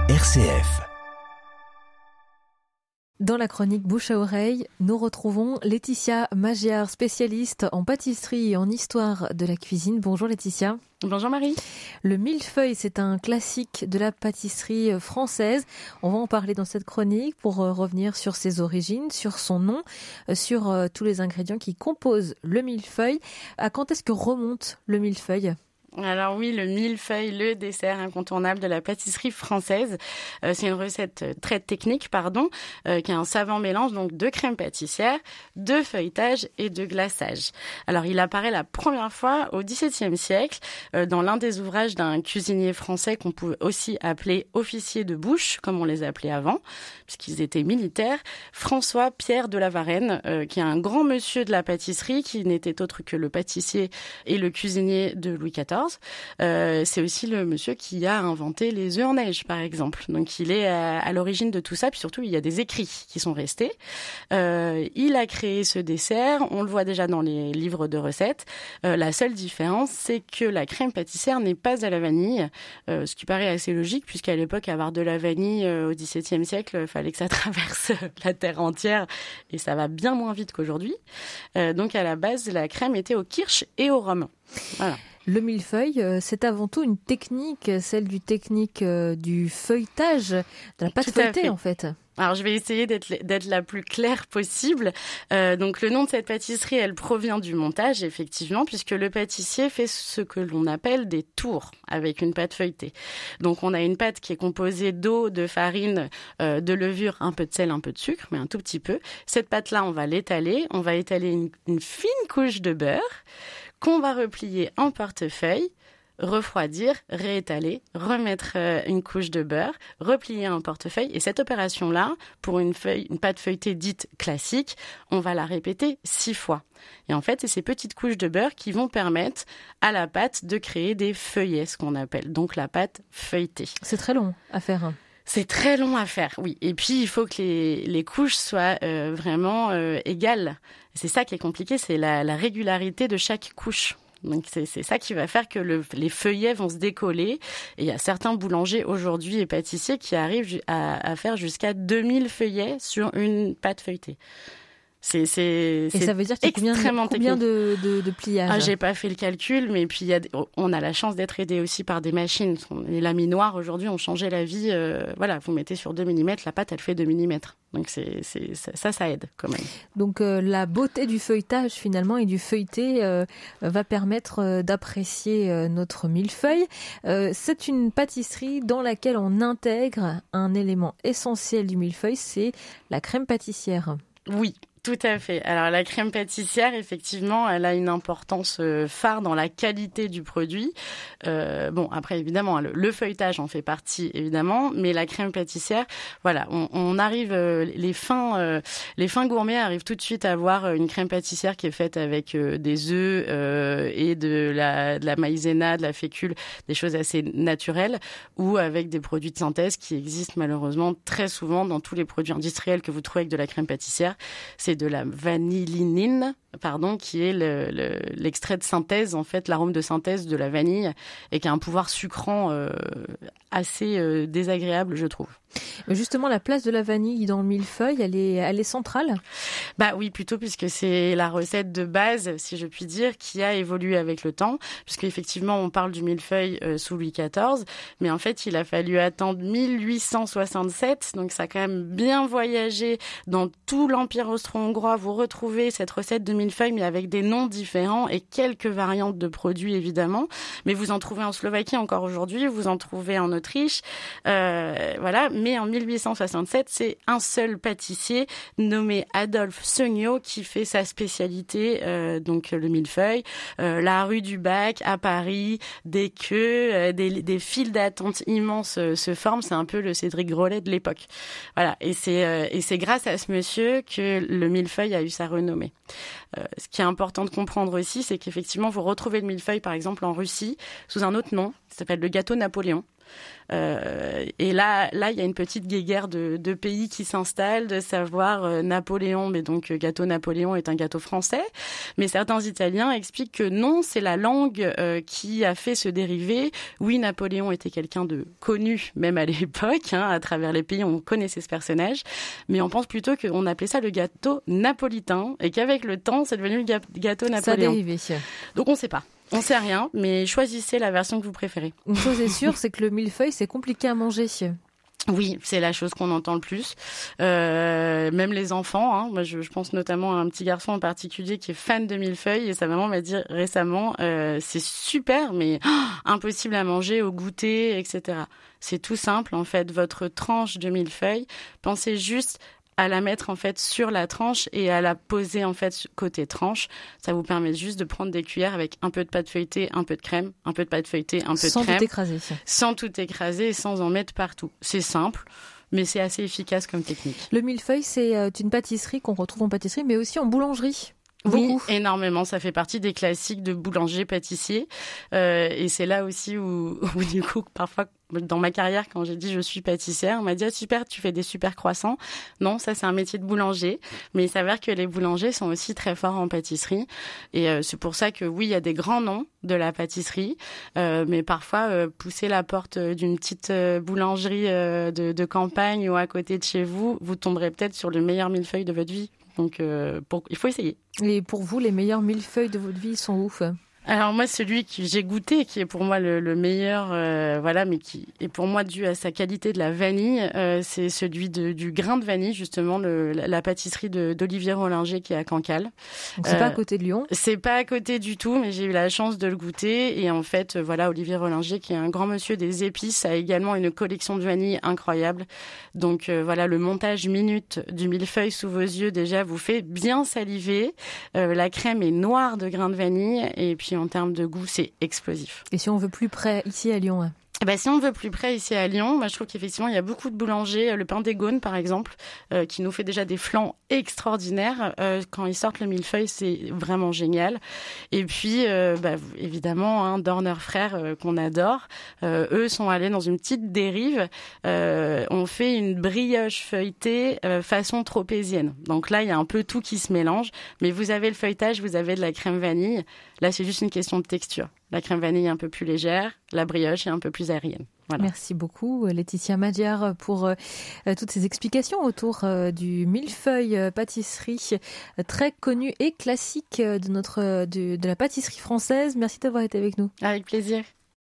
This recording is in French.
RCF. Dans la chronique Bouche à oreille, nous retrouvons Laetitia Magyar, spécialiste en pâtisserie et en histoire de la cuisine. Bonjour Laetitia. Bonjour Marie. Le millefeuille, c'est un classique de la pâtisserie française. On va en parler dans cette chronique pour revenir sur ses origines, sur son nom, sur tous les ingrédients qui composent le millefeuille. À quand est-ce que remonte le millefeuille ? Alors oui, le millefeuille, le dessert incontournable de la pâtisserie française. C'est une recette très technique, qui a un savant mélange donc de crème pâtissière, de feuilletage et de glaçage. Alors il apparaît la première fois au XVIIe siècle dans l'un des ouvrages d'un cuisinier français qu'on pouvait aussi appeler officier de bouche, comme on les appelait avant, puisqu'ils étaient militaires, François-Pierre de la Varenne, qui est un grand monsieur de la pâtisserie, qui n'était autre que le pâtissier et le cuisinier de Louis XIV. C'est aussi le monsieur qui a inventé les œufs en neige, par exemple. Donc, il est à l'origine de tout ça. Puis surtout, il y a des écrits qui sont restés. Il a créé ce dessert. On le voit déjà dans les livres de recettes. La seule différence, c'est que la crème pâtissière n'est pas à la vanille, ce qui paraît assez logique, puisqu'à l'époque, avoir de la vanille au XVIIe siècle, il fallait que ça traverse la terre entière. Et ça va bien moins vite qu'aujourd'hui. Donc, à la base, la crème était au kirsch et au rhum. Voilà. Le millefeuille, c'est avant tout une technique, celle du feuilletage, de la pâte feuilletée en fait. Alors, je vais essayer d'être la plus claire possible. Donc, le nom de cette pâtisserie, elle provient du montage, effectivement, puisque le pâtissier fait ce que l'on appelle des tours avec une pâte feuilletée. Donc, on a une pâte qui est composée d'eau, de farine, de levure, un peu de sel, un peu de sucre, mais un tout petit peu. Cette pâte-là, on va l'étaler. On va étaler une fine couche de beurre qu'on va replier en portefeuille, refroidir, réétaler, remettre une couche de beurre, replier en portefeuille. Et cette opération-là, pour une pâte feuilletée dite classique, on va la répéter 6 fois. Et en fait, c'est ces petites couches de beurre qui vont permettre à la pâte de créer des feuillets, ce qu'on appelle donc la pâte feuilletée. C'est très long à faire. C'est très long à faire, oui. Et puis, il faut que les couches soient vraiment égales. C'est ça qui est compliqué, c'est la régularité de chaque couche. Donc, c'est ça qui va faire que les feuillets vont se décoller. Et il y a certains boulangers aujourd'hui et pâtissiers qui arrivent à faire jusqu'à 2000 feuillets sur une pâte feuilletée. Et ça veut dire qu'il y a combien de pliages ? Ah, j'ai pas fait le calcul, mais puis on a la chance d'être aidé aussi par des machines. Les laminoirs aujourd'hui ont changé la vie. Vous mettez sur 2 mm, la pâte elle fait 2 mm. Donc ça aide quand même. Donc la beauté du feuilletage finalement et du feuilleté va permettre d'apprécier notre millefeuille. C'est une pâtisserie dans laquelle on intègre un élément essentiel du millefeuille, c'est la crème pâtissière. Oui. Tout à fait. Alors la crème pâtissière, effectivement, elle a une importance phare dans la qualité du produit. Après évidemment, le feuilletage en fait partie évidemment, mais la crème pâtissière, voilà, on arrive les fins gourmets arrivent tout de suite à avoir une crème pâtissière qui est faite avec des œufs et de la maïzena, de la fécule, des choses assez naturelles, ou avec des produits de synthèse qui existent malheureusement très souvent dans tous les produits industriels que vous trouvez avec de la crème pâtissière. C'est de la vanillinine, qui est l'extrait de synthèse, en fait, l'arôme de synthèse de la vanille, et qui a un pouvoir sucrant assez désagréable, je trouve. Mais justement, la place de la vanille dans le millefeuille, elle est centrale ? Bah oui, plutôt, puisque c'est la recette de base, si je puis dire, qui a évolué avec le temps, puisque effectivement, on parle du millefeuille sous Louis XIV, mais en fait, il a fallu attendre 1867, donc ça a quand même bien voyagé dans tout l'Empire austro-hongrois. Vous retrouvez cette recette de millefeuille, mais avec des noms différents et quelques variantes de produits, évidemment. Mais vous en trouvez en Slovaquie encore aujourd'hui, vous en trouvez en Autriche, Mais en 1867, c'est un seul pâtissier nommé Adolphe Seugnaud qui fait sa spécialité, donc le millefeuille. La rue du Bac à Paris, des queues, des files d'attente immenses se forment. C'est un peu le Cédric Grolet de l'époque. Voilà. Et c'est grâce à ce monsieur que le millefeuille a eu sa renommée. Ce qui est important de comprendre aussi, c'est qu'effectivement, vous retrouvez le millefeuille, par exemple, en Russie, sous un autre nom. Ça s'appelle le gâteau Napoléon. Et là, il y a une petite guéguerre de pays qui s'installe, de savoir Napoléon, mais donc gâteau Napoléon est un gâteau français. Mais certains Italiens expliquent que non, c'est la langue qui a fait ce dérivé. Oui, Napoléon était quelqu'un de connu, même à l'époque, à travers les pays, on connaissait ce personnage. Mais on pense plutôt qu'on appelait ça le gâteau napolitain et qu'avec le temps, c'est devenu le gâteau Napoléon. Ça a dérivé. Donc on ne sait pas. On sait rien, mais choisissez la version que vous préférez. Une chose est sûre, c'est que le millefeuille, c'est compliqué à manger. Oui, c'est la chose qu'on entend le plus. Même les enfants. Moi, je pense notamment à un petit garçon en particulier qui est fan de millefeuille et sa maman m'a dit récemment, c'est super, mais impossible à manger au goûter, etc. C'est tout simple, en fait. Votre tranche de millefeuille, pensez juste à la mettre en fait sur la tranche et à la poser en fait côté tranche. Ça vous permet juste de prendre des cuillères avec un peu de pâte feuilletée, un peu de crème, un peu de pâte feuilletée, un peu de crème. Sans tout écraser. Sans tout écraser et sans en mettre partout. C'est simple, mais c'est assez efficace comme technique. Le millefeuille, c'est une pâtisserie qu'on retrouve en pâtisserie, mais aussi en boulangerie. Oui, énormément. Ça fait partie des classiques de boulanger-pâtissier. Et c'est là aussi où du coup, parfois, dans ma carrière, quand j'ai dit je suis pâtissière, on m'a dit « Ah super, tu fais des super croissants ». Non, ça c'est un métier de boulanger. Mais il s'avère que les boulangers sont aussi très forts en pâtisserie. Et c'est pour ça que oui, il y a des grands noms de la pâtisserie. Mais parfois, pousser la porte d'une petite boulangerie de campagne ou à côté de chez vous, vous tomberez peut-être sur le meilleur millefeuille de votre vie. Donc, il faut essayer. Et pour vous, les meilleurs millefeuilles de votre vie sont ouf? Alors moi, celui que j'ai goûté, qui est pour moi le meilleur, mais qui est pour moi dû à sa qualité de la vanille, c'est celui du grain de vanille, justement, la pâtisserie d'Olivier Rollinger qui est à Cancale. Donc c'est pas à côté de Lyon? C'est pas à côté du tout, mais j'ai eu la chance de le goûter. Et en fait, Olivier Rollinger, qui est un grand monsieur des épices, a également une collection de vanille incroyable. Donc le montage minute du millefeuille sous vos yeux, déjà, vous fait bien saliver. La crème est noire de grain de vanille et puis en termes de goût, c'est explosif. Et si on veut plus près, ici à Lyon? Si on veut plus près ici à Lyon, moi je trouve qu'effectivement il y a beaucoup de boulangers, le pain des Gaunes par exemple, qui nous fait déjà des flans extraordinaires. Quand ils sortent le millefeuille, c'est vraiment génial. Et puis évidemment, Dorner Frères qu'on adore, eux sont allés dans une petite dérive. On fait une brioche feuilletée façon tropézienne. Donc là il y a un peu tout qui se mélange, mais vous avez le feuilletage, vous avez de la crème vanille. Là c'est juste une question de texture. La crème vanille est un peu plus légère, la brioche est un peu plus aérienne. Voilà. Merci beaucoup Laetitia Magyar pour toutes ces explications autour du millefeuille pâtisserie très connu et classique de la pâtisserie française. Merci d'avoir été avec nous. Avec plaisir.